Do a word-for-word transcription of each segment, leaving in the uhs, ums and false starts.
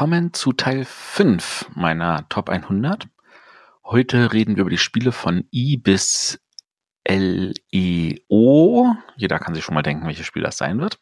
willkommen zu Teil fünf meiner Top hundert. Heute reden wir über die Spiele von I bis L E O. Jeder kann sich schon mal denken, welches Spiel das sein wird.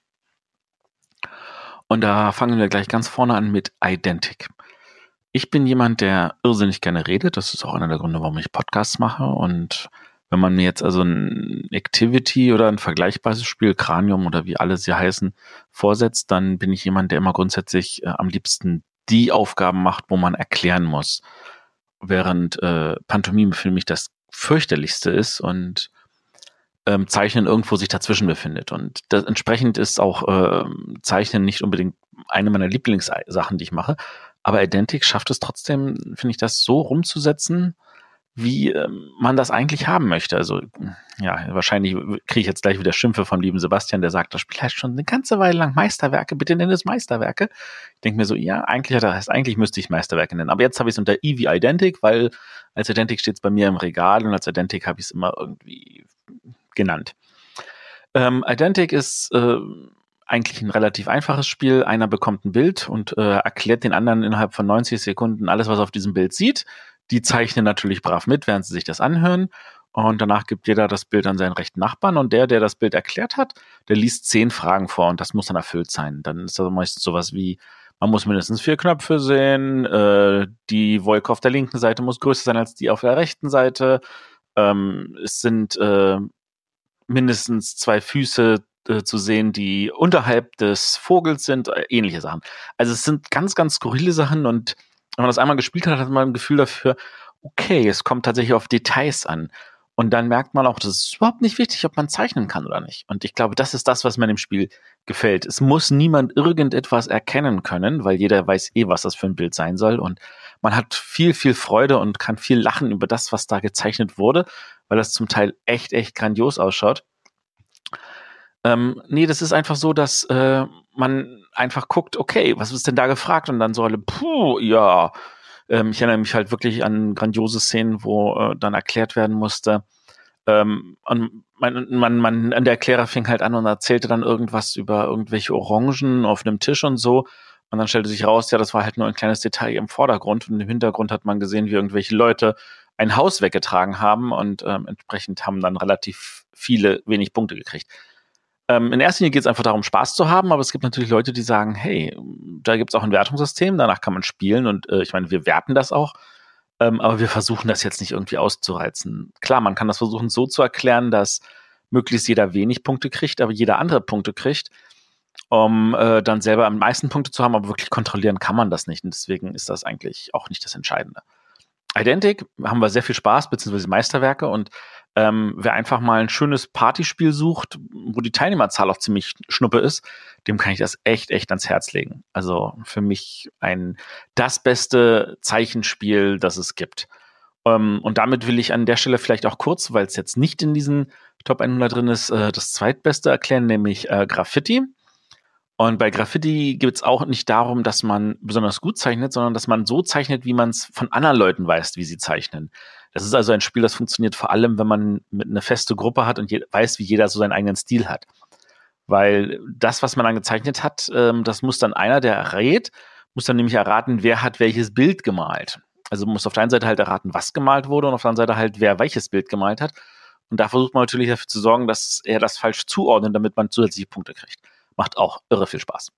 Und da fangen wir gleich ganz vorne an mit Identic. Ich bin jemand, der irrsinnig gerne redet. Das ist auch einer der Gründe, warum ich Podcasts mache. Und wenn man mir jetzt also ein Activity oder ein vergleichbares Spiel, Cranium oder wie alle sie heißen, vorsetzt, dann bin ich jemand, der immer grundsätzlich äh, am liebsten die Aufgaben macht, wo man erklären muss. Während äh, Pantomime für mich das fürchterlichste ist und ähm, Zeichnen irgendwo sich dazwischen befindet. Und das, entsprechend ist auch äh, Zeichnen nicht unbedingt eine meiner Lieblingssachen, die ich mache. Aber Identic schafft es trotzdem, finde ich, das so rumzusetzen, wie ähm, man das eigentlich haben möchte. Also ja, wahrscheinlich kriege ich jetzt gleich wieder Schimpfe vom lieben Sebastian, der sagt, das Spiel heißt schon eine ganze Weile lang Meisterwerke, bitte nenn es Meisterwerke. Ich denke mir so, ja, eigentlich hat er heißt, eigentlich müsste ich Meisterwerke nennen. Aber jetzt habe ich es unter I wie Identic, weil als Identic steht es bei mir im Regal und als Identic habe ich es immer irgendwie genannt. Ähm, Identic ist äh, eigentlich ein relativ einfaches Spiel. Einer bekommt ein Bild und äh, erklärt den anderen innerhalb von neunzig Sekunden alles, was er auf diesem Bild sieht. Die zeichnen natürlich brav mit, während sie sich das anhören. Und danach gibt jeder das Bild an seinen rechten Nachbarn. Und der, der das Bild erklärt hat, der liest zehn Fragen vor. Und das muss dann erfüllt sein. Dann ist das meistens sowas wie, man muss mindestens vier Knöpfe sehen. Äh, die Wolke auf der linken Seite muss größer sein als die auf der rechten Seite. Ähm, es sind äh, mindestens zwei Füße äh, zu sehen, die unterhalb des Vogels sind. Äh, ähnliche Sachen. Also es sind ganz, ganz skurrile Sachen. Und wenn man das einmal gespielt hat, hat man ein Gefühl dafür, okay, es kommt tatsächlich auf Details an. Und dann merkt man auch, das ist überhaupt nicht wichtig, ob man zeichnen kann oder nicht. Und ich glaube, das ist das, was mir im Spiel gefällt. Es muss niemand irgendetwas erkennen können, weil jeder weiß eh, was das für ein Bild sein soll. Und man hat viel, viel Freude und kann viel lachen über das, was da gezeichnet wurde, weil das zum Teil echt, echt grandios ausschaut. Ähm, nee, das ist einfach so, dass äh, man einfach guckt, okay, was ist denn da gefragt? Und dann so alle, puh, ja. Ähm, ich erinnere mich halt wirklich an grandiose Szenen, wo äh, dann erklärt werden musste. Ähm, und man, man, man, der Erklärer fing halt an und erzählte dann irgendwas über irgendwelche Orangen auf einem Tisch und so. Und dann stellte sich raus, ja, das war halt nur ein kleines Detail im Vordergrund. Und im Hintergrund hat man gesehen, wie irgendwelche Leute ein Haus weggetragen haben und ähm, entsprechend haben dann relativ viele wenig Punkte gekriegt. Ähm, in erster Linie geht es einfach darum, Spaß zu haben, aber es gibt natürlich Leute, die sagen, hey, da gibt es auch ein Wertungssystem, danach kann man spielen und äh, ich meine, wir werten das auch, ähm, aber wir versuchen das jetzt nicht irgendwie auszureizen. Klar, man kann das versuchen so zu erklären, dass möglichst jeder wenig Punkte kriegt, aber jeder andere Punkte kriegt, um äh, dann selber am meisten Punkte zu haben, aber wirklich kontrollieren kann man das nicht und deswegen ist das eigentlich auch nicht das Entscheidende. Identic haben wir sehr viel Spaß, beziehungsweise Meisterwerke und ähm, wer einfach mal ein schönes Partyspiel sucht, wo die Teilnehmerzahl auch ziemlich schnuppe ist, dem kann ich das echt, echt ans Herz legen. Also für mich ein das beste Zeichenspiel, das es gibt. Ähm, und damit will ich an der Stelle vielleicht auch kurz, weil es jetzt nicht in diesen Top hundert drin ist, äh, das zweitbeste erklären, nämlich äh, Graffiti. Und bei Graffiti geht es auch nicht darum, dass man besonders gut zeichnet, sondern dass man so zeichnet, wie man es von anderen Leuten weiß, wie sie zeichnen. Das ist also ein Spiel, das funktioniert vor allem, wenn man mit eine feste Gruppe hat und je- weiß, wie jeder so seinen eigenen Stil hat. Weil das, was man dann gezeichnet hat, ähm, das muss dann einer, der errät, muss dann nämlich erraten, wer hat welches Bild gemalt. Also muss auf der einen Seite halt erraten, was gemalt wurde und auf der anderen Seite halt, wer welches Bild gemalt hat. Und da versucht man natürlich dafür zu sorgen, dass er das falsch zuordnet, damit man zusätzliche Punkte kriegt. Macht auch irre viel Spaß.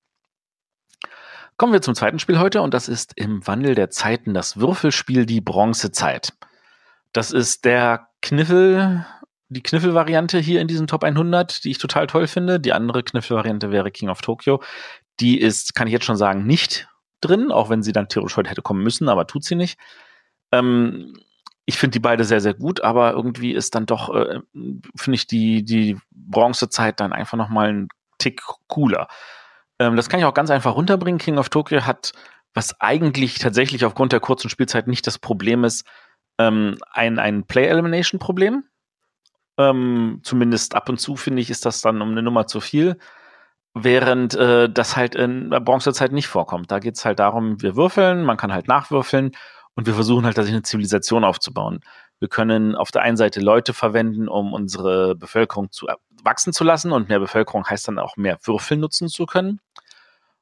Kommen wir zum zweiten Spiel heute und das ist im Wandel der Zeiten das Würfelspiel Die Bronzezeit. Das ist der Kniffel, die Kniffelvariante hier in diesen Top hundert, die ich total toll finde. Die andere Kniffelvariante wäre King of Tokyo. Die ist, kann ich jetzt schon sagen, nicht drin, auch wenn sie dann theoretisch heute hätte kommen müssen, aber tut sie nicht. Ähm, ich finde die beide sehr, sehr gut, aber irgendwie ist dann doch, äh, finde ich die, die Bronzezeit dann einfach nochmal ein Tick cooler. Ähm, das kann ich auch ganz einfach runterbringen. King of Tokyo hat, was eigentlich tatsächlich aufgrund der kurzen Spielzeit nicht das Problem ist, ähm, ein, ein Play-Elimination-Problem. Ähm, zumindest ab und zu, finde ich, ist das dann um eine Nummer zu viel. Während äh, das halt in der Bronzezeit nicht vorkommt. Da geht es halt darum, wir würfeln, man kann halt nachwürfeln und wir versuchen halt, tatsächlich eine Zivilisation aufzubauen. Wir können auf der einen Seite Leute verwenden, um unsere Bevölkerung zu wachsen zu lassen und mehr Bevölkerung heißt dann auch mehr Würfel nutzen zu können. Auf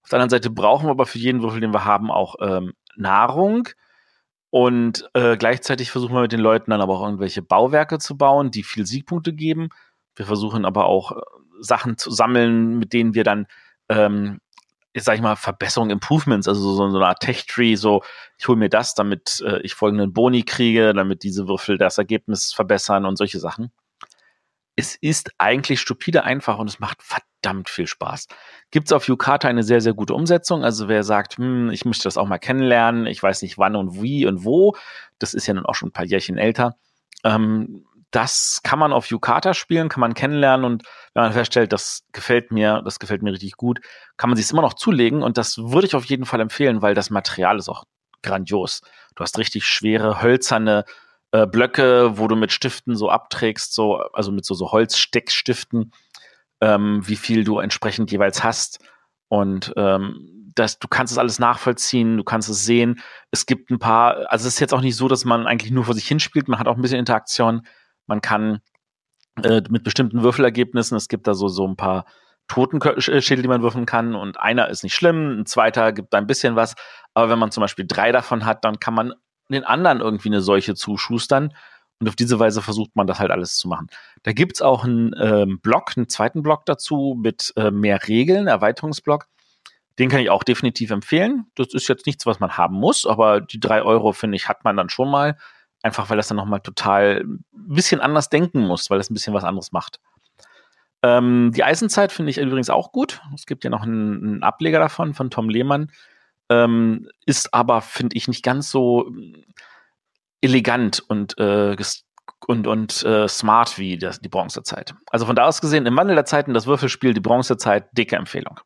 der anderen Seite brauchen wir aber für jeden Würfel, den wir haben, auch ähm, Nahrung. Und äh, gleichzeitig versuchen wir mit den Leuten dann aber auch irgendwelche Bauwerke zu bauen, die viel Siegpunkte geben. Wir versuchen aber auch äh, Sachen zu sammeln, mit denen wir dann, ähm, jetzt sag ich mal, Verbesserungen, Improvements, also so, so eine Art Tech-Tree, so, ich hole mir das, damit äh, ich folgenden Boni kriege, damit diese Würfel das Ergebnis verbessern und solche Sachen. Es ist eigentlich stupide einfach und es macht verdammt viel Spaß. Gibt's auf Yucata eine sehr, sehr gute Umsetzung. Also wer sagt, hm, ich möchte das auch mal kennenlernen, ich weiß nicht wann und wie und wo, das ist ja nun auch schon ein paar Jährchen älter, ähm, das kann man auf Yucata spielen, kann man kennenlernen und wenn man feststellt, das gefällt mir, das gefällt mir richtig gut, kann man sich immer noch zulegen und das würde ich auf jeden Fall empfehlen, weil das Material ist auch grandios. Du hast richtig schwere, hölzerne äh, Blöcke, wo du mit Stiften so abträgst, so, also mit so, so Holzsteckstiften, ähm, wie viel du entsprechend jeweils hast. Und ähm, das, du kannst es alles nachvollziehen, du kannst es sehen. Es gibt ein paar, also es ist jetzt auch nicht so, dass man eigentlich nur vor sich hinspielt, man hat auch ein bisschen Interaktion. Man kann äh, mit bestimmten Würfelergebnissen, es gibt da so, so ein paar Totenschädel, die man würfeln kann und einer ist nicht schlimm, ein zweiter gibt da ein bisschen was. Aber wenn man zum Beispiel drei davon hat, dann kann man den anderen irgendwie eine Seuche zuschustern. Und auf diese Weise versucht man das halt alles zu machen. Da gibt's auch einen ähm, Block, einen zweiten Block dazu mit äh, mehr Regeln, Erweiterungsblock. Den kann ich auch definitiv empfehlen. Das ist jetzt nichts, was man haben muss, aber die drei Euro, finde ich, hat man dann schon mal. Einfach, weil das dann nochmal total ein bisschen anders denken muss, weil das ein bisschen was anderes macht. Ähm, die Eisenzeit finde ich übrigens auch gut. Es gibt ja noch einen, einen Ableger davon, von Tom Lehmann. Ähm, ist aber, finde ich, nicht ganz so elegant und, äh, und, und äh, smart wie das, die Bronzezeit. Also von da aus gesehen, im Wandel der Zeiten, das Würfelspiel, die Bronzezeit, dicke Empfehlung.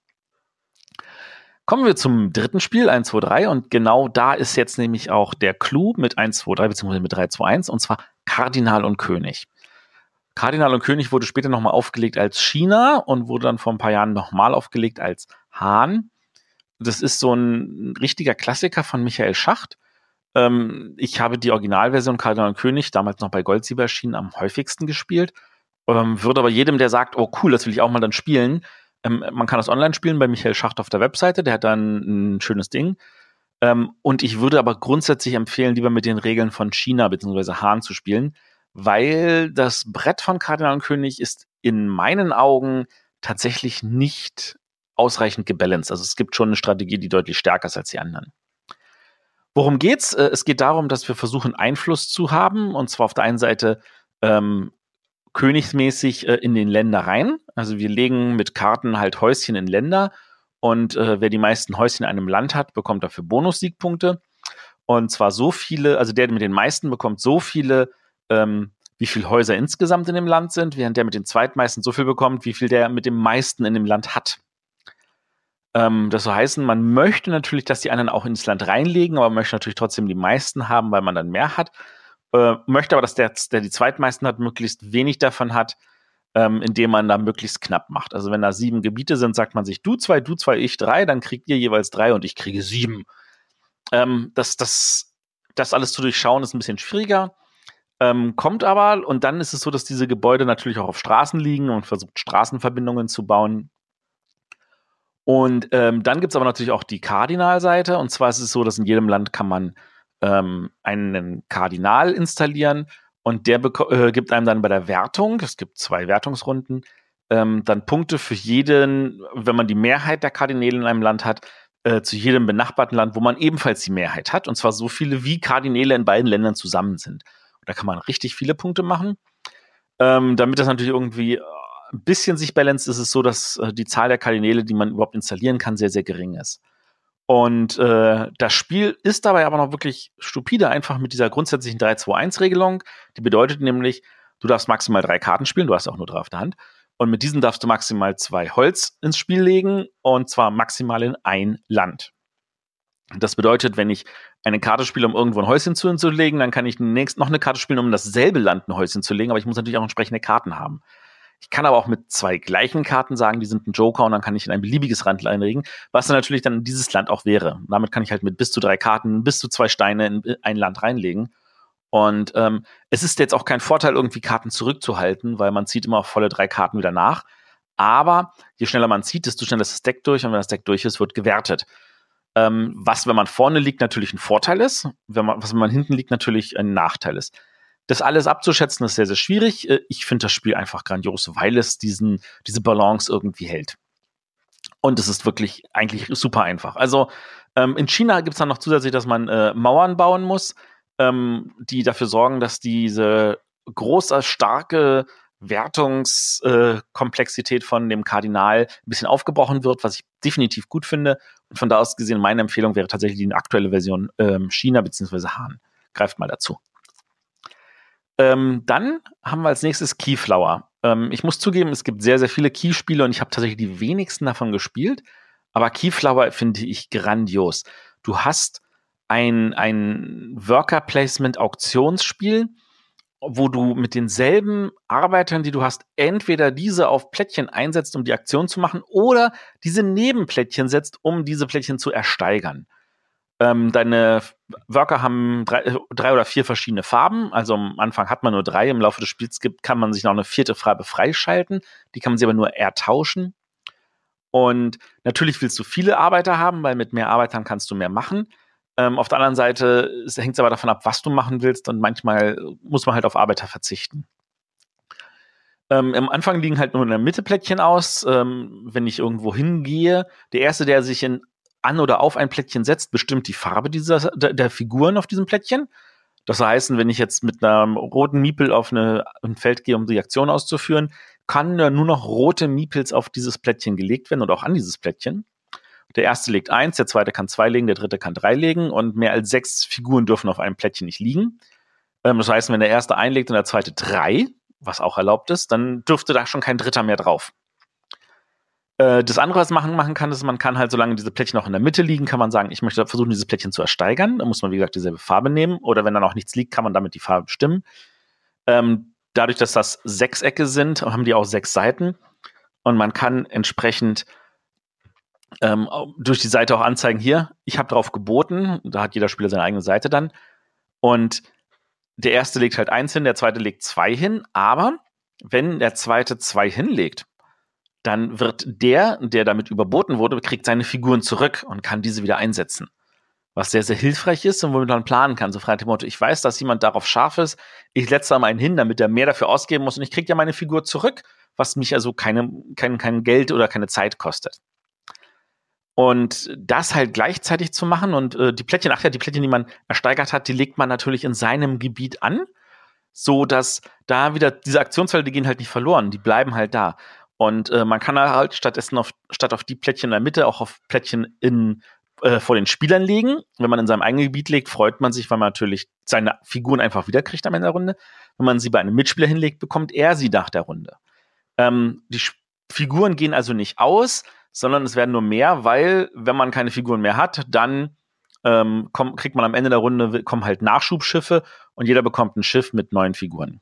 Kommen wir zum dritten Spiel, eins, zwei, drei. Und genau da ist jetzt nämlich auch der Clou mit eins, zwei, drei, beziehungsweise mit drei, zwei, eins. Und zwar Kardinal und König. Kardinal und König wurde später nochmal aufgelegt als China und wurde dann vor ein paar Jahren nochmal aufgelegt als Hahn. Das ist so ein richtiger Klassiker von Michael Schacht. Ähm, ich habe die Originalversion Kardinal und König, damals noch bei Goldsieber erschienen, am häufigsten gespielt. Ähm, würde aber jedem, der sagt, oh cool, das will ich auch mal dann spielen, ähm, man kann das online spielen bei Michael Schacht auf der Webseite, der hat dann ein schönes Ding. Ähm, und ich würde aber grundsätzlich empfehlen, lieber mit den Regeln von China bzw. Hahn zu spielen, weil das Brett von Kardinal und König ist in meinen Augen tatsächlich nicht ausreichend gebalanced. Also es gibt schon eine Strategie, die deutlich stärker ist als die anderen. Worum geht's? Es geht darum, dass wir versuchen, Einfluss zu haben, und zwar auf der einen Seite ähm, königsmäßig äh, in den Länder rein. Also wir legen mit Karten halt Häuschen in Länder und äh, wer die meisten Häuschen in einem Land hat, bekommt dafür Bonus-Siegpunkte. Und zwar so viele, also der mit den meisten bekommt so viele, ähm, wie viele Häuser insgesamt in dem Land sind, während der mit den zweitmeisten so viel bekommt, wie viel der mit dem meisten in dem Land hat. Ähm, das soll heißen, man möchte natürlich, dass die anderen auch ins Land reinlegen, aber man möchte natürlich trotzdem die meisten haben, weil man dann mehr hat. Äh, möchte aber, dass der, der die zweitmeisten hat, möglichst wenig davon hat, ähm, indem man da möglichst knapp macht. Also wenn da sieben Gebiete sind, sagt man sich, du zwei, du zwei, ich drei, dann kriegt ihr jeweils drei und ich kriege sieben. Ähm, das, das, das alles zu durchschauen ist ein bisschen schwieriger. Ähm, kommt aber, und dann ist es so, dass diese Gebäude natürlich auch auf Straßen liegen und versucht, Straßenverbindungen zu bauen. Und ähm, dann gibt es aber natürlich auch die Kardinalseite. Und zwar ist es so, dass in jedem Land kann man ähm, einen Kardinal installieren und der äh, gibt einem dann bei der Wertung, es gibt zwei Wertungsrunden, ähm, dann Punkte für jeden, wenn man die Mehrheit der Kardinäle in einem Land hat, äh, zu jedem benachbarten Land, wo man ebenfalls die Mehrheit hat. Und zwar so viele, wie Kardinäle in beiden Ländern zusammen sind. Und da kann man richtig viele Punkte machen. Ähm, damit das natürlich irgendwie ein bisschen sich balanced, ist es so, dass äh, die Zahl der Kardinäle, die man überhaupt installieren kann, sehr, sehr gering ist. Und äh, das Spiel ist dabei aber noch wirklich stupide, einfach mit dieser grundsätzlichen drei zwei eins Regelung. Die bedeutet nämlich, du darfst maximal drei Karten spielen, du hast auch nur drei auf der Hand. Und mit diesen darfst du maximal zwei Holz ins Spiel legen, und zwar maximal in ein Land. Das bedeutet, wenn ich eine Karte spiele, um irgendwo ein Häuschen zu legen, dann kann ich nächst noch eine Karte spielen, um in dasselbe Land ein Häuschen zu legen, aber ich muss natürlich auch entsprechende Karten haben. Ich kann aber auch mit zwei gleichen Karten sagen, die sind ein Joker, und dann kann ich in ein beliebiges Land einlegen, was dann natürlich dann dieses Land auch wäre. Und damit kann ich halt mit bis zu drei Karten, bis zu zwei Steine in ein Land reinlegen. Und ähm, es ist jetzt auch kein Vorteil, irgendwie Karten zurückzuhalten, weil man zieht immer auf volle drei Karten wieder nach. Aber je schneller man zieht, desto schneller ist das Deck durch. Und wenn das Deck durch ist, wird gewertet. Ähm, was, wenn man vorne liegt, natürlich ein Vorteil ist. Wenn man, was, wenn man hinten liegt, natürlich ein Nachteil ist. Das alles abzuschätzen, ist sehr, sehr schwierig. Ich finde das Spiel einfach grandios, weil es diesen, diese Balance irgendwie hält. Und es ist wirklich eigentlich super einfach. Also ähm, in China gibt es dann noch zusätzlich, dass man äh, Mauern bauen muss, ähm, die dafür sorgen, dass diese große, starke Wertungskomplexität äh, von dem Kardinal ein bisschen aufgebrochen wird, was ich definitiv gut finde. Und von da aus gesehen, meine Empfehlung wäre tatsächlich die aktuelle Version ähm, China bzw. Han. Greift mal dazu. Ähm, dann haben wir als nächstes Keyflower. Ähm, ich muss zugeben, es gibt sehr, sehr viele Key-Spiele und ich habe tatsächlich die wenigsten davon gespielt. Aber Keyflower finde ich grandios. Du hast ein, ein Worker-Placement-Auktionsspiel, wo du mit denselben Arbeitern, die du hast, entweder diese auf Plättchen einsetzt, um die Aktion zu machen, oder diese Nebenplättchen setzt, um diese Plättchen zu ersteigern. Ähm, deine Worker haben drei, drei oder vier verschiedene Farben. Also am Anfang hat man nur drei. Im Laufe des Spiels gibt, kann man sich noch eine vierte Farbe freischalten. Die kann man sich aber nur ertauschen. Und natürlich willst du viele Arbeiter haben, weil mit mehr Arbeitern kannst du mehr machen. Ähm, auf der anderen Seite hängt es aber davon ab, was du machen willst. Und manchmal muss man halt auf Arbeiter verzichten. Ähm, am Anfang liegen halt nur in der Mitte Plättchen aus. Ähm, wenn ich irgendwo hingehe, der Erste, der sich in an oder auf ein Plättchen setzt, bestimmt die Farbe dieser, der, der Figuren auf diesem Plättchen. Das heißt, wenn ich jetzt mit einem roten Miepel auf eine, ein Feld gehe, um die Aktion auszuführen, kann nur noch rote Miepels auf dieses Plättchen gelegt werden oder auch an dieses Plättchen. Der Erste legt eins, der Zweite kann zwei legen, der Dritte kann drei legen und mehr als sechs Figuren dürfen auf einem Plättchen nicht liegen. Ähm, das heißt, wenn der Erste einlegt und der Zweite drei, was auch erlaubt ist, dann dürfte da schon kein Dritter mehr drauf. Das andere, was man machen kann, ist, man kann halt, solange diese Plättchen noch in der Mitte liegen, kann man sagen, ich möchte versuchen, dieses Plättchen zu ersteigern. Da muss man, wie gesagt, dieselbe Farbe nehmen. Oder wenn da noch nichts liegt, kann man damit die Farbe bestimmen. Ähm, dadurch, dass das Sechsecke sind, haben die auch sechs Seiten. Und man kann entsprechend ähm, durch die Seite auch anzeigen, hier, ich habe drauf geboten. Da hat jeder Spieler seine eigene Seite dann. Und der Erste legt halt eins hin, der Zweite legt zwei hin. Aber wenn der Zweite zwei hinlegt, dann wird der, der damit überboten wurde, kriegt seine Figuren zurück und kann diese wieder einsetzen. Was sehr, sehr hilfreich ist und womit man planen kann. So frei nach dem Motto, ich weiß, dass jemand darauf scharf ist, ich setze da mal einen hin, damit er mehr dafür ausgeben muss und ich kriege ja meine Figur zurück, was mich also keine, kein, kein Geld oder keine Zeit kostet. Und das halt gleichzeitig zu machen und äh, die Plättchen, ach ja, die Plättchen, die man ersteigert hat, die legt man natürlich in seinem Gebiet an, so dass da wieder diese Aktionsfelder, die gehen halt nicht verloren, die bleiben halt da. Und äh, man kann halt stattdessen auf, statt auf die Plättchen in der Mitte auch auf Plättchen in, äh, vor den Spielern legen. Wenn man in seinem eigenen Gebiet legt, freut man sich, weil man natürlich seine Figuren einfach wiederkriegt am Ende der Runde. Wenn man sie bei einem Mitspieler hinlegt, bekommt er sie nach der Runde. Ähm, die Sch- Figuren gehen also nicht aus, sondern es werden nur mehr, weil, wenn man keine Figuren mehr hat, dann ähm, komm, kriegt man am Ende der Runde, kommen halt Nachschubschiffe und jeder bekommt ein Schiff mit neuen Figuren.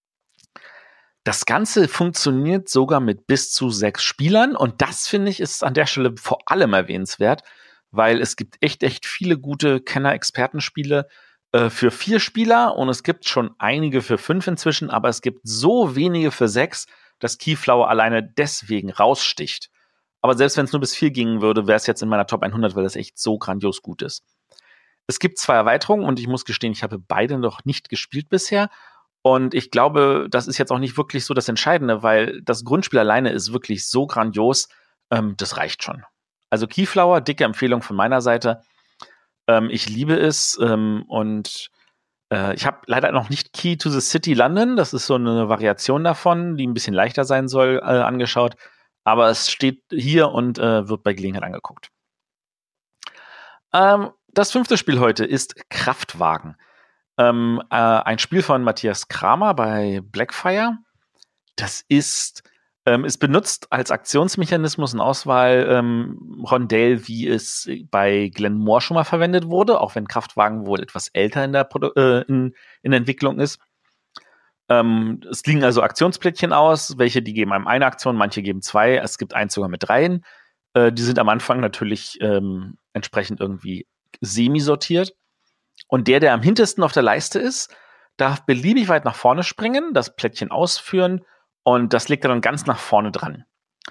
Das Ganze funktioniert sogar mit bis zu sechs Spielern und das, finde ich, ist an der Stelle vor allem erwähnenswert, weil es gibt echt, echt viele gute Kenner-Expertenspiele äh, für vier Spieler und es gibt schon einige für fünf inzwischen, aber es gibt so wenige für sechs, dass Keyflower alleine deswegen raussticht. Aber selbst wenn es nur bis vier gingen würde, wäre es jetzt in meiner Top hundert, weil das echt so grandios gut ist. Es gibt zwei Erweiterungen und ich muss gestehen, ich habe beide noch nicht gespielt bisher. Und ich glaube, das ist jetzt auch nicht wirklich so das Entscheidende, weil das Grundspiel alleine ist wirklich so grandios, ähm, das reicht schon. Also Keyflower, dicke Empfehlung von meiner Seite. Ähm, ich liebe es ähm, und äh, ich habe leider noch nicht Key to the City London, das ist so eine Variation davon, die ein bisschen leichter sein soll, äh, angeschaut. Aber es steht hier und äh, wird bei Gelegenheit angeguckt. Ähm, das fünfte Spiel heute ist Kraftwagen. Ähm, äh, ein Spiel von Matthias Kramer bei Blackfire. Das ist, ähm, ist benutzt als Aktionsmechanismus und Auswahl ähm, Rondell, wie es bei Glenn Moore schon mal verwendet wurde, auch wenn Kraftwagen wohl etwas älter in der, Produ- äh, in, in der Entwicklung ist. Ähm, es liegen also Aktionsplättchen aus, welche die geben einem eine Aktion, manche geben zwei, es gibt eins sogar mit dreien. Äh, die sind am Anfang natürlich ähm, entsprechend irgendwie semi-sortiert. Und der, der am hintersten auf der Leiste ist, darf beliebig weit nach vorne springen, das Plättchen ausführen und das legt er dann ganz nach vorne dran.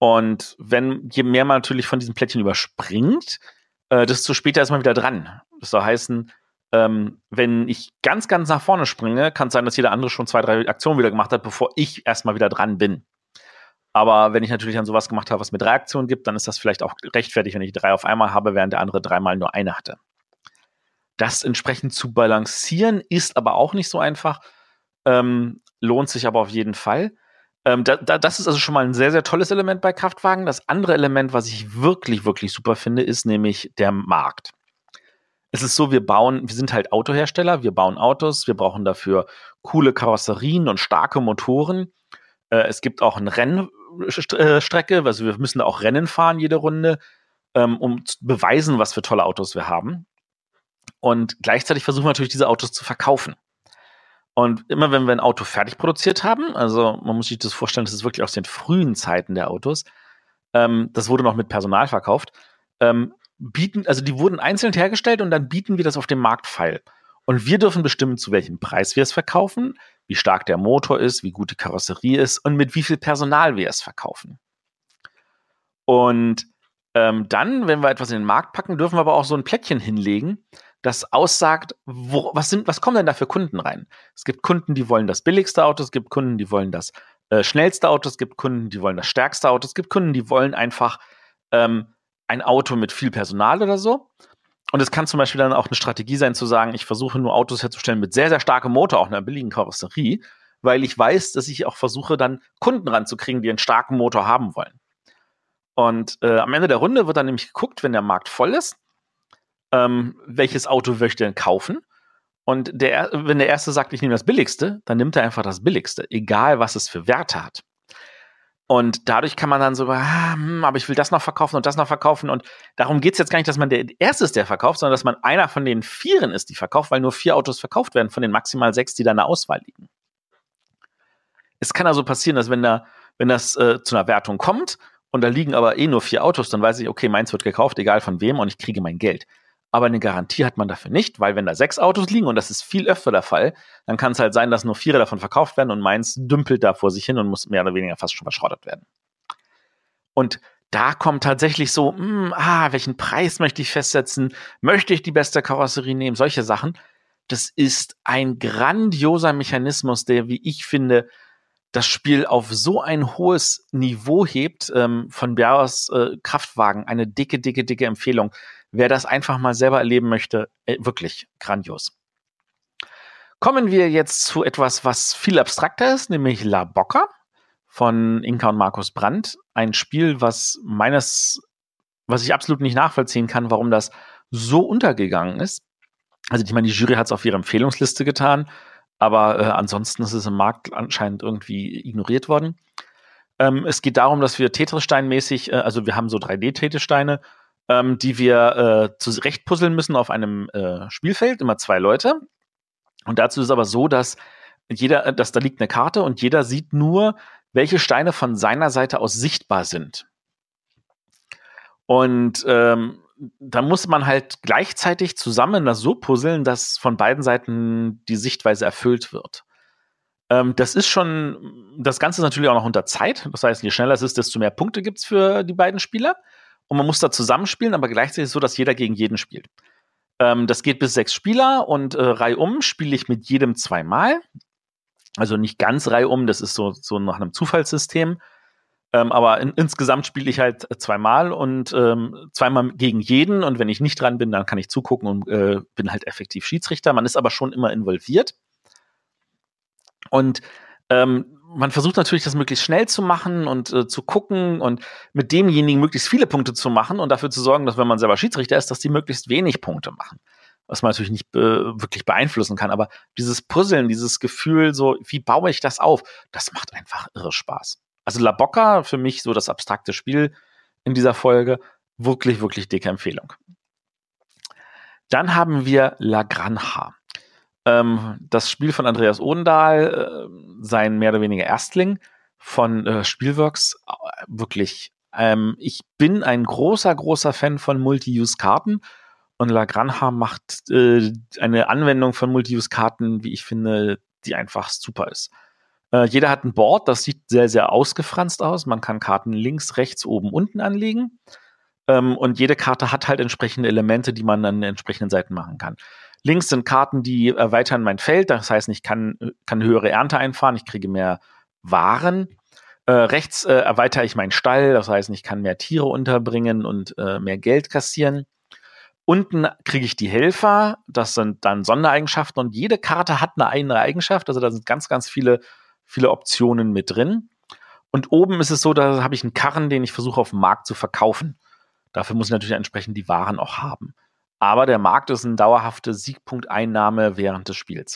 Und wenn, je mehr man natürlich von diesen Plättchen überspringt, äh, desto später ist man wieder dran. Das soll heißen, ähm, wenn ich ganz, ganz nach vorne springe, kann es sein, dass jeder andere schon zwei, drei Aktionen wieder gemacht hat, bevor ich erstmal wieder dran bin. Aber wenn ich natürlich dann sowas gemacht habe, was mir drei Aktionen gibt, dann ist das vielleicht auch rechtfertigt, wenn ich drei auf einmal habe, während der andere dreimal nur eine hatte. Das entsprechend zu balancieren ist aber auch nicht so einfach, ähm, lohnt sich aber auf jeden Fall. Ähm, da, da, das ist also schon mal ein sehr, sehr tolles Element bei Kraftwagen. Das andere Element, was ich wirklich, wirklich super finde, ist nämlich der Markt. Es ist so, wir bauen, wir sind halt Autohersteller, wir bauen Autos, wir brauchen dafür coole Karosserien und starke Motoren. Äh, es gibt auch eine Rennstrecke, also wir müssen da auch Rennen fahren jede Runde, ähm, um zu beweisen, was für tolle Autos wir haben. Und gleichzeitig versuchen wir natürlich, diese Autos zu verkaufen. Und immer wenn wir ein Auto fertig produziert haben, also man muss sich das vorstellen, das ist wirklich aus den frühen Zeiten der Autos, ähm, das wurde noch mit Personal verkauft, ähm, bieten, also die wurden einzeln hergestellt und dann bieten wir das auf dem Markt feil. Und wir dürfen bestimmen, zu welchem Preis wir es verkaufen, wie stark der Motor ist, wie gut die Karosserie ist und mit wie viel Personal wir es verkaufen. Und ähm, dann, wenn wir etwas in den Markt packen, dürfen wir aber auch so ein Plättchen hinlegen, das aussagt, wo, was, sind, was kommen denn da für Kunden rein? Es gibt Kunden, die wollen das billigste Auto, es gibt Kunden, die wollen das äh, schnellste Auto, es gibt Kunden, die wollen das stärkste Auto, es gibt Kunden, die wollen einfach ähm, ein Auto mit viel Personal oder so. Und es kann zum Beispiel dann auch eine Strategie sein, zu sagen, ich versuche nur Autos herzustellen mit sehr, sehr starkem Motor, auch einer billigen Karosserie, weil ich weiß, dass ich auch versuche, dann Kunden ranzukriegen, die einen starken Motor haben wollen. Und äh, am Ende der Runde wird dann nämlich geguckt, wenn der Markt voll ist, ähm, welches Auto möchte er denn kaufen. Und der, wenn der Erste sagt, ich nehme das Billigste, dann nimmt er einfach das Billigste, egal was es für Werte hat. Und dadurch kann man dann so, ah, hm, aber ich will das noch verkaufen und das noch verkaufen. Und darum geht es jetzt gar nicht, dass man der Erste ist, der verkauft, sondern dass man einer von den Vieren ist, die verkauft, weil nur vier Autos verkauft werden von den maximal sechs, die da in der Auswahl liegen. Es kann also passieren, dass wenn, da, wenn das äh, zu einer Wertung kommt und da liegen aber eh nur vier Autos, dann weiß ich, okay, meins wird gekauft, egal von wem, und ich kriege mein Geld. Aber eine Garantie hat man dafür nicht, weil wenn da sechs Autos liegen, und das ist viel öfter der Fall, dann kann es halt sein, dass nur vier davon verkauft werden und meins dümpelt da vor sich hin und muss mehr oder weniger fast schon verschrottet werden. Und da kommt tatsächlich so, mh, ah, welchen Preis möchte ich festsetzen? Möchte ich die beste Karosserie nehmen? Solche Sachen. Das ist ein grandioser Mechanismus, der, wie ich finde, das Spiel auf so ein hohes Niveau hebt. Ähm, von Björrs äh, Kraftwagen eine dicke, dicke, dicke Empfehlung. Wer das einfach mal selber erleben möchte, äh, wirklich grandios. Kommen wir jetzt zu etwas, was viel abstrakter ist, nämlich La Bocca von Inka und Markus Brandt. Ein Spiel, was meines, was ich absolut nicht nachvollziehen kann, warum das so untergegangen ist. Also ich meine, die Jury hat es auf ihre Empfehlungsliste getan, aber äh, ansonsten ist es im Markt anscheinend irgendwie ignoriert worden. Ähm, es geht darum, dass wir Tetris-Stein-mäßig, äh, also wir haben so drei D-Tetris-Steine, ähm, die wir äh, zurecht puzzeln müssen auf einem äh, Spielfeld, immer zwei Leute. Und dazu ist es aber so, dass jeder, dass da liegt eine Karte und jeder sieht nur, welche Steine von seiner Seite aus sichtbar sind. Und ähm, da muss man halt gleichzeitig zusammen das so puzzeln, dass von beiden Seiten die Sichtweise erfüllt wird. Ähm, das ist schon, das Ganze ist natürlich auch noch unter Zeit. Das heißt, je schneller es ist, desto mehr Punkte gibt es für die beiden Spieler. Und man muss da zusammenspielen, aber gleichzeitig ist es so, dass jeder gegen jeden spielt. Ähm, das geht bis sechs Spieler und äh, reihum spiele ich mit jedem zweimal. Also nicht ganz reihum, das ist so, so nach einem Zufallssystem. Ähm, aber in, insgesamt spiele ich halt zweimal und ähm, zweimal gegen jeden. Und wenn ich nicht dran bin, dann kann ich zugucken und äh, bin halt effektiv Schiedsrichter. Man ist aber schon immer involviert. Und ähm, man versucht natürlich, das möglichst schnell zu machen und äh, zu gucken und mit demjenigen möglichst viele Punkte zu machen und dafür zu sorgen, dass, wenn man selber Schiedsrichter ist, dass die möglichst wenig Punkte machen. Was man natürlich nicht äh, wirklich beeinflussen kann. Aber dieses Puzzeln, dieses Gefühl, so, wie baue ich das auf, das macht einfach irre Spaß. Also La Bocca, für mich so das abstrakte Spiel in dieser Folge, wirklich, wirklich dicke Empfehlung. Dann haben wir La Granja. Ähm, das Spiel von Andreas Odendahl, äh, sein mehr oder weniger Erstling von äh, Spielworks, äh, wirklich. Ähm, ich bin ein großer, großer Fan von Multi-Use-Karten und La Granja macht äh, eine Anwendung von Multi-Use-Karten, wie ich finde, die einfach super ist. Äh, jeder hat ein Board, das sieht sehr, sehr ausgefranst aus. Man kann Karten links, rechts, oben, unten anlegen. Ähm, und jede Karte hat halt entsprechende Elemente, die man an den entsprechenden Seiten machen kann. Links sind Karten, die erweitern mein Feld. Das heißt, ich kann, kann höhere Ernte einfahren, ich kriege mehr Waren. Äh, rechts äh, erweitere ich meinen Stall. Das heißt, ich kann mehr Tiere unterbringen und äh, mehr Geld kassieren. Unten kriege ich die Helfer. Das sind dann Sondereigenschaften. Und jede Karte hat eine eigene Eigenschaft. Also da sind ganz, ganz viele, viele Optionen mit drin. Und oben ist es so, da habe ich einen Karren, den ich versuche auf dem Markt zu verkaufen. Dafür muss ich natürlich entsprechend die Waren auch haben. Aber der Markt ist eine dauerhafte Siegpunkteinnahme während des Spiels.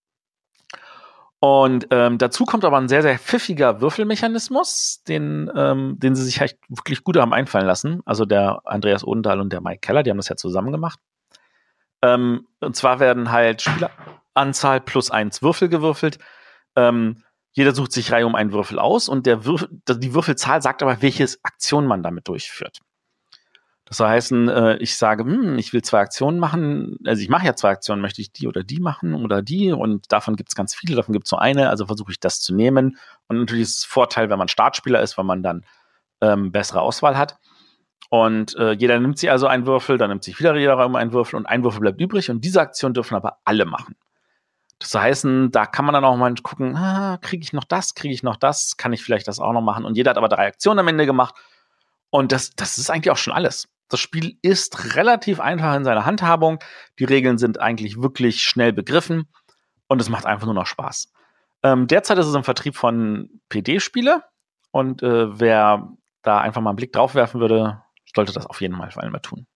Und ähm, dazu kommt aber ein sehr, sehr pfiffiger Würfelmechanismus, den, ähm, den sie sich halt wirklich gut haben einfallen lassen. Also der Andreas Odendahl und der Mike Keller, die haben das ja zusammen gemacht. Ähm, und zwar werden halt Spieleranzahl plus eins Würfel gewürfelt. Ähm, jeder sucht sich Reihe um einen Würfel aus und der Würfel, die Würfelzahl sagt aber, welche Aktion man damit durchführt. Das heißt, äh, ich sage, hm, ich will zwei Aktionen machen, also ich mache ja zwei Aktionen, möchte ich die oder die machen oder die und davon gibt es ganz viele, davon gibt es nur eine, also versuche ich das zu nehmen. Und natürlich ist es Vorteil, wenn man Startspieler ist, weil man dann ähm, bessere Auswahl hat. Und äh, jeder nimmt sich also einen Würfel, dann nimmt sich wieder jeder um einen Würfel und ein Würfel bleibt übrig und diese Aktion dürfen aber alle machen. Das heißt, da kann man dann auch mal gucken, ah, kriege ich noch das, kriege ich noch das, kann ich vielleicht das auch noch machen. Und jeder hat aber drei Aktionen am Ende gemacht und das, das ist eigentlich auch schon alles. Das Spiel ist relativ einfach in seiner Handhabung. Die Regeln sind eigentlich wirklich schnell begriffen und es macht einfach nur noch Spaß. Ähm, derzeit ist es im Vertrieb von P D-Spiele und äh, wer da einfach mal einen Blick drauf werfen würde, sollte das auf jeden Fall mal tun.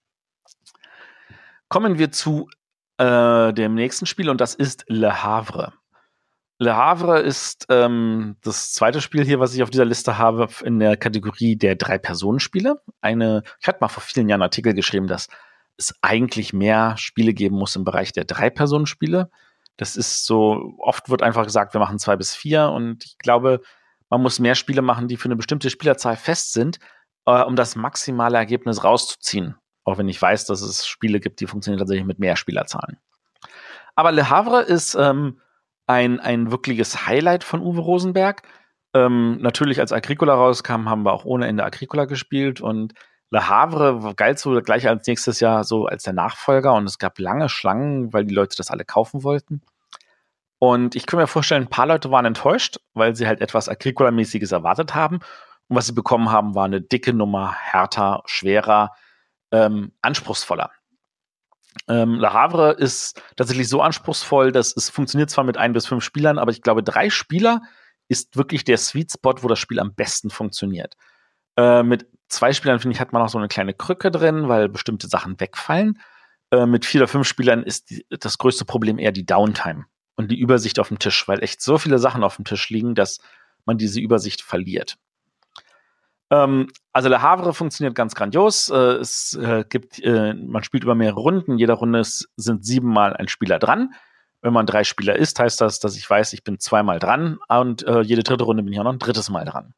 Kommen wir zu äh, dem nächsten Spiel und das ist Le Havre. Le Havre ist ähm, das zweite Spiel hier, was ich auf dieser Liste habe, in der Kategorie der Drei-Personen-Spiele. Eine, ich hatte mal vor vielen Jahren einen Artikel geschrieben, dass es eigentlich mehr Spiele geben muss im Bereich der Drei-Personen-Spiele. Das ist so, oft wird einfach gesagt, wir machen zwei bis vier und ich glaube, man muss mehr Spiele machen, die für eine bestimmte Spielerzahl fest sind, äh, um das maximale Ergebnis rauszuziehen. Auch wenn ich weiß, dass es Spiele gibt, die funktionieren tatsächlich mit mehr Spielerzahlen. Aber Le Havre ist ähm, ein, ein wirkliches Highlight von Uwe Rosenberg. Ähm, natürlich, als Agricola rauskam, haben wir auch ohne Ende Agricola gespielt und Le Havre galt so gleich als nächstes Jahr so als der Nachfolger und es gab lange Schlangen, weil die Leute das alle kaufen wollten. Und ich kann mir vorstellen, ein paar Leute waren enttäuscht, weil sie halt etwas Agricola-mäßiges erwartet haben. Und was sie bekommen haben, war eine dicke Nummer, härter, schwerer, ähm, anspruchsvoller. Ähm, Le Havre ist tatsächlich so anspruchsvoll, dass es funktioniert zwar mit ein bis fünf Spielern, aber ich glaube, drei Spieler ist wirklich der Sweet Spot, wo das Spiel am besten funktioniert. Äh, mit zwei Spielern, finde ich, hat man auch so eine kleine Krücke drin, weil bestimmte Sachen wegfallen. Äh, mit vier oder fünf Spielern ist die, das größte Problem eher die Downtime und die Übersicht auf dem Tisch, weil echt so viele Sachen auf dem Tisch liegen, dass man diese Übersicht verliert. Ähm, also Le Havre funktioniert ganz grandios. Äh, es äh, gibt, äh, man spielt über mehrere Runden. Jeder Runde ist, sind siebenmal ein Spieler dran. Wenn man drei Spieler ist, heißt das, dass ich weiß, ich bin zweimal dran und äh, jede dritte Runde bin ich auch noch ein drittes Mal dran.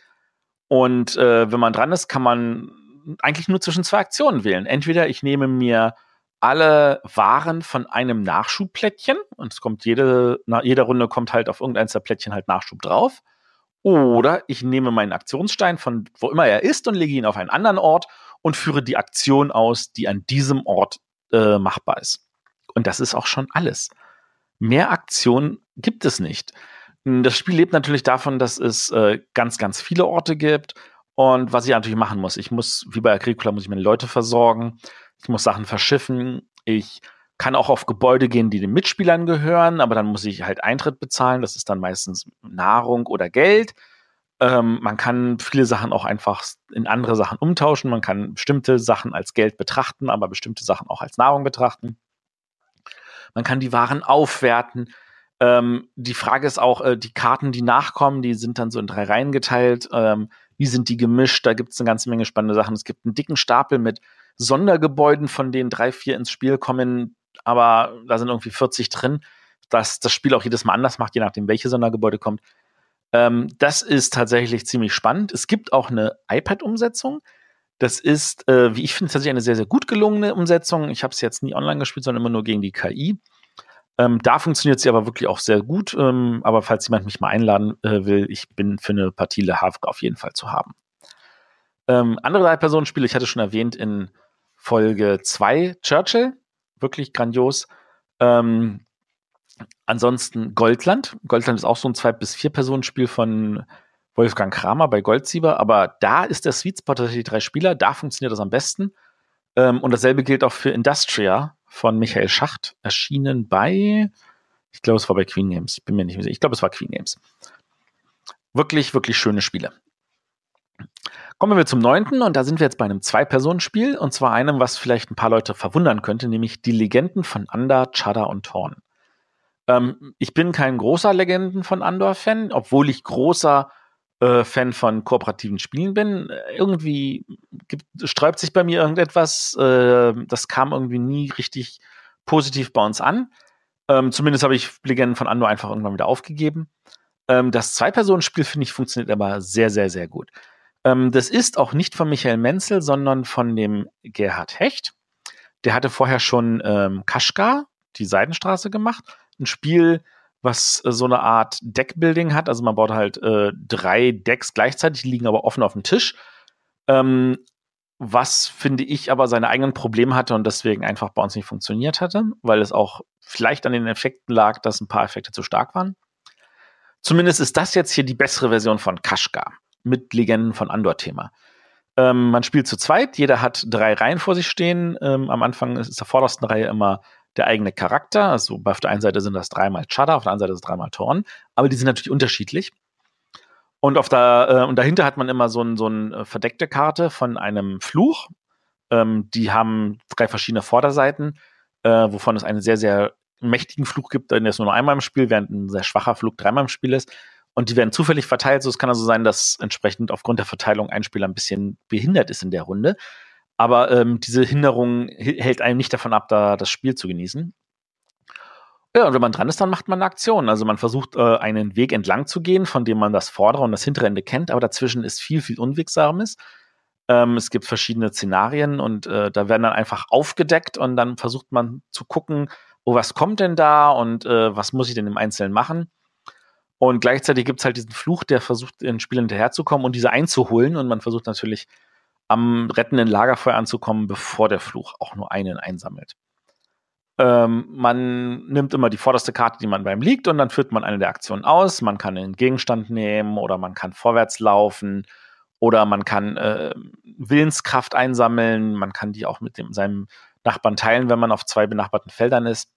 Und äh, wenn man dran ist, kann man eigentlich nur zwischen zwei Aktionen wählen. Entweder ich nehme mir alle Waren von einem Nachschubplättchen und es kommt jede, nach jeder Runde kommt halt auf irgendeins der Plättchen halt Nachschub drauf. Oder ich nehme meinen Aktionsstein von wo immer er ist und lege ihn auf einen anderen Ort und führe die Aktion aus, die an diesem Ort äh, machbar ist. Und das ist auch schon alles. Mehr Aktionen gibt es nicht. Das Spiel lebt natürlich davon, dass es äh, ganz, ganz viele Orte gibt. Und was ich natürlich machen muss, ich muss, wie bei Agricola, muss ich meine Leute versorgen. Ich muss Sachen verschiffen. Ich kann auch auf Gebäude gehen, die den Mitspielern gehören, aber dann muss ich halt Eintritt bezahlen. Das ist dann meistens Nahrung oder Geld. Ähm, man kann viele Sachen auch einfach in andere Sachen umtauschen. Man kann bestimmte Sachen als Geld betrachten, aber bestimmte Sachen auch als Nahrung betrachten. Man kann die Waren aufwerten. Ähm, die Frage ist auch, äh, die Karten, die nachkommen, die sind dann so in drei Reihen geteilt. Ähm, wie sind die gemischt? Da gibt es eine ganze Menge spannende Sachen. Es gibt einen dicken Stapel mit Sondergebäuden, von denen drei, vier ins Spiel kommen, aber da sind irgendwie vierzig drin, dass das Spiel auch jedes Mal anders macht, je nachdem, welche Sondergebäude kommt. Ähm, das ist tatsächlich ziemlich spannend. Es gibt auch eine iPad-Umsetzung. Das ist, äh, wie ich finde, tatsächlich eine sehr, sehr gut gelungene Umsetzung. Ich habe es jetzt nie online gespielt, sondern immer nur gegen die K I. Ähm, da funktioniert sie aber wirklich auch sehr gut. Ähm, aber falls jemand mich mal einladen äh, will, ich bin für eine Partie Le Havre auf jeden Fall zu haben. Ähm, andere Drei-Personen-Spiele, ich hatte schon erwähnt in Folge zwei Churchill, wirklich grandios. Ähm, ansonsten Goldland. Goldland ist auch so ein Zwei- bis Vier-Personen-Spiel von Wolfgang Kramer bei Goldsieber, aber da ist der Sweet Spot tatsächlich drei Spieler, da funktioniert das am besten. Ähm, und dasselbe gilt auch für Industria von Michael Schacht, erschienen bei, ich glaube, es war bei Queen Games, ich bin mir nicht mehr sicher, ich glaube, es war Queen Games. Wirklich, wirklich schöne Spiele. Kommen wir zum neunten und da sind wir jetzt bei einem Zwei-Personen-Spiel und zwar einem, was vielleicht ein paar Leute verwundern könnte, nämlich die Legenden von Andar, Chadda und Thorn. Ähm, ich bin kein großer Legenden von Andor-Fan, obwohl ich großer äh, Fan von kooperativen Spielen bin. Irgendwie gibt, sträubt sich bei mir irgendetwas. Äh, das kam irgendwie nie richtig positiv bei uns an. Ähm, zumindest habe ich Legenden von Andor einfach irgendwann wieder aufgegeben. Ähm, das Zwei-Personen-Spiel, finde ich, funktioniert aber sehr, sehr, sehr gut. Ähm, das ist auch nicht von Michael Menzel, sondern von dem Gerhard Hecht. Der hatte vorher schon ähm, Kaschgar, die Seidenstraße, gemacht. Ein Spiel, was äh, so eine Art Deckbuilding hat. Also man baut halt äh, drei Decks gleichzeitig, die liegen aber offen auf dem Tisch. Ähm, was, finde ich, aber seine eigenen Probleme hatte und deswegen einfach bei uns nicht funktioniert hatte, weil es auch vielleicht an den Effekten lag, dass ein paar Effekte zu stark waren. Zumindest ist das jetzt hier die bessere Version von Kaschgar mit Legenden von Andor-Thema. Ähm, man spielt zu zweit, jeder hat drei Reihen vor sich stehen. Ähm, am Anfang ist der vordersten Reihe immer der eigene Charakter. Also auf der einen Seite sind das dreimal Chadda, auf der anderen Seite ist es dreimal Thorn. Aber die sind natürlich unterschiedlich. Und, auf der, äh, und dahinter hat man immer so, ein, so eine verdeckte Karte von einem Fluch. Ähm, die haben drei verschiedene Vorderseiten, äh, wovon es einen sehr, sehr mächtigen Fluch gibt, der ist nur noch einmal im Spiel, während ein sehr schwacher Fluch dreimal im Spiel ist. Und die werden zufällig verteilt. So, es kann also sein, dass entsprechend aufgrund der Verteilung ein Spieler ein bisschen behindert ist in der Runde. Aber ähm, diese Hinderung hält einen nicht davon ab, da das Spiel zu genießen. Ja, und wenn man dran ist, dann macht man eine Aktion. Also man versucht, äh, einen Weg entlang zu gehen, von dem man das vordere und das hintere Ende kennt, aber dazwischen ist viel, viel Unwegsames. Ähm, es gibt verschiedene Szenarien und äh, da werden dann einfach aufgedeckt und dann versucht man zu gucken, oh, was kommt denn da und äh, was muss ich denn im Einzelnen machen? Und gleichzeitig gibt es halt diesen Fluch, der versucht, den Spielern hinterherzukommen und diese einzuholen. Und man versucht natürlich, am rettenden Lagerfeuer anzukommen, bevor der Fluch auch nur einen einsammelt. Ähm, man nimmt immer die vorderste Karte, die man beim liegt, und dann führt man eine der Aktionen aus. Man kann einen Gegenstand nehmen oder man kann vorwärts laufen oder man kann äh, Willenskraft einsammeln. Man kann die auch mit dem, seinem Nachbarn teilen, wenn man auf zwei benachbarten Feldern ist.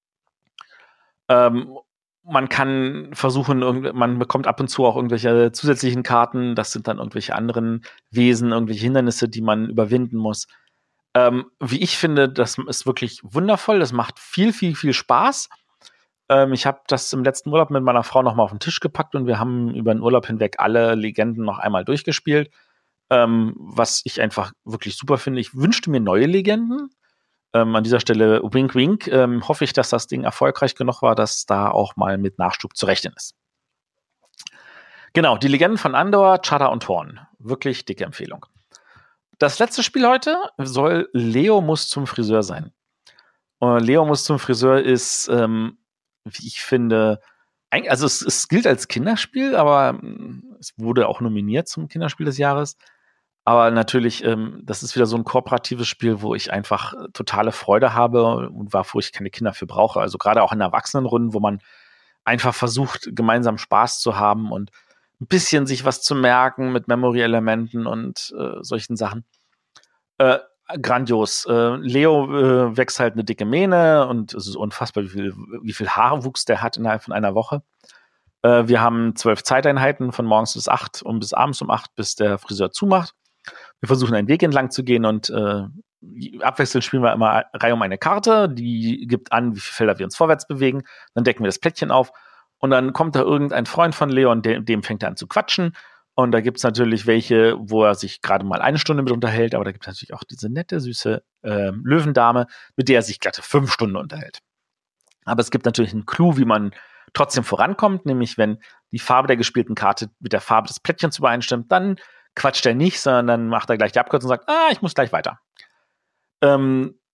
Ähm, man kann versuchen, man bekommt ab und zu auch irgendwelche zusätzlichen Karten. Das sind dann irgendwelche anderen Wesen, irgendwelche Hindernisse, die man überwinden muss. Ähm, wie ich finde, das ist wirklich wundervoll. Das macht viel, viel, viel Spaß. Ähm, ich habe das im letzten Urlaub mit meiner Frau noch mal auf den Tisch gepackt und wir haben über den Urlaub hinweg alle Legenden noch einmal durchgespielt. Ähm, was ich einfach wirklich super finde. Ich wünschte mir neue Legenden. Ähm, an dieser Stelle wink, wink. Ähm, hoffe ich, dass das Ding erfolgreich genug war, dass da auch mal mit Nachschub zu rechnen ist. Genau, die Legenden von Andor, Chadda und Thorn. Wirklich dicke Empfehlung. Das letzte Spiel heute soll Leo muss zum Friseur sein. Und Leo muss zum Friseur ist, ähm, wie ich finde, also es, es gilt als Kinderspiel, aber ähm, es wurde auch nominiert zum Kinderspiel des Jahres. Aber natürlich, ähm, das ist wieder so ein kooperatives Spiel, wo ich einfach äh, totale Freude habe und wo ich keine Kinder für brauche. Also gerade auch in Erwachsenenrunden, wo man einfach versucht, gemeinsam Spaß zu haben und ein bisschen sich was zu merken mit Memory-Elementen und äh, solchen Sachen. Äh, grandios. Äh, Leo äh, wächst halt eine dicke Mähne und es ist unfassbar, wie viel, wie viel Haarwuchs der hat innerhalb von einer Woche. Äh, wir haben zwölf Zeiteinheiten von morgens bis acht und bis abends um acht, bis der Friseur zumacht. Wir versuchen einen Weg entlang zu gehen und äh, abwechselnd spielen wir immer Reihe um eine Karte, die gibt an, wie viele Felder wir uns vorwärts bewegen. Dann decken wir das Plättchen auf und dann kommt da irgendein Freund von Leo und dem, dem fängt er an zu quatschen. Und da gibt es natürlich welche, wo er sich gerade mal eine Stunde mit unterhält, aber da gibt es natürlich auch diese nette, süße äh, Löwendame, mit der er sich glatte fünf Stunden unterhält. Aber es gibt natürlich einen Clou, wie man trotzdem vorankommt, nämlich wenn die Farbe der gespielten Karte mit der Farbe des Plättchens übereinstimmt, dann quatscht er nicht, sondern dann macht er gleich die Abkürzung und sagt, ah, ich muss gleich weiter. Ähm,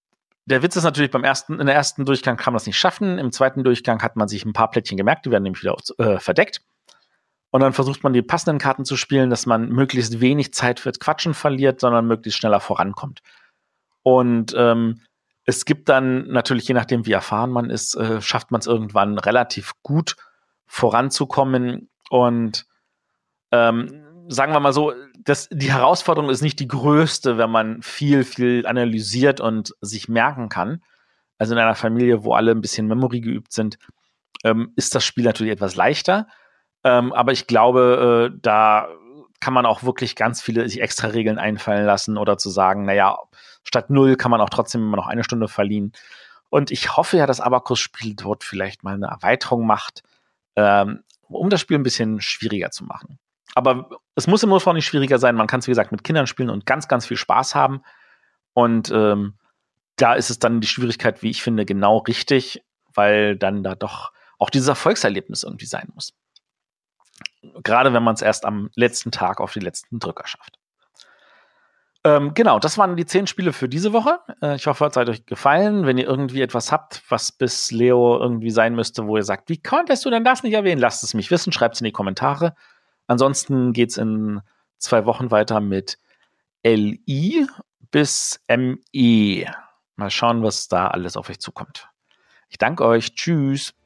Der Witz ist natürlich, beim ersten, in der ersten Durchgang kann man das nicht schaffen. Im zweiten Durchgang hat man sich ein paar Plättchen gemerkt, die werden nämlich wieder äh, verdeckt. Und dann versucht man, die passenden Karten zu spielen, dass man möglichst wenig Zeit fürs Quatschen verliert, sondern möglichst schneller vorankommt. Und ähm, es gibt dann natürlich, je nachdem, wie erfahren man ist, äh, schafft man es irgendwann relativ gut voranzukommen. Und ähm, sagen wir mal so, das, die Herausforderung ist nicht die größte, wenn man viel, viel analysiert und sich merken kann. Also in einer Familie, wo alle ein bisschen Memory geübt sind, ähm, ist das Spiel natürlich etwas leichter. Ähm, aber ich glaube, äh, da kann man auch wirklich ganz viele sich extra Regeln einfallen lassen oder zu sagen, naja, statt null kann man auch trotzdem immer noch eine Stunde verlieren. Und ich hoffe ja, dass Abacus-Spiel dort vielleicht mal eine Erweiterung macht, ähm, um das Spiel ein bisschen schwieriger zu machen. Aber es muss im Notfall nicht schwieriger sein. Man kann es, wie gesagt, mit Kindern spielen und ganz, ganz viel Spaß haben. Und ähm, da ist es dann die Schwierigkeit, wie ich finde, genau richtig, weil dann da doch auch dieses Erfolgserlebnis irgendwie sein muss. Gerade wenn man es erst am letzten Tag auf die letzten Drücker schafft. Ähm, genau, das waren die zehn Spiele für diese Woche. Äh, ich hoffe, es hat euch gefallen. Wenn ihr irgendwie etwas habt, was bis Leo irgendwie sein müsste, wo ihr sagt, wie konntest du denn das nicht erwähnen? Lasst es mich wissen, schreibt es in die Kommentare. Ansonsten geht's in zwei Wochen weiter mit L I bis M E. Mal schauen, was da alles auf euch zukommt. Ich danke euch. Tschüss.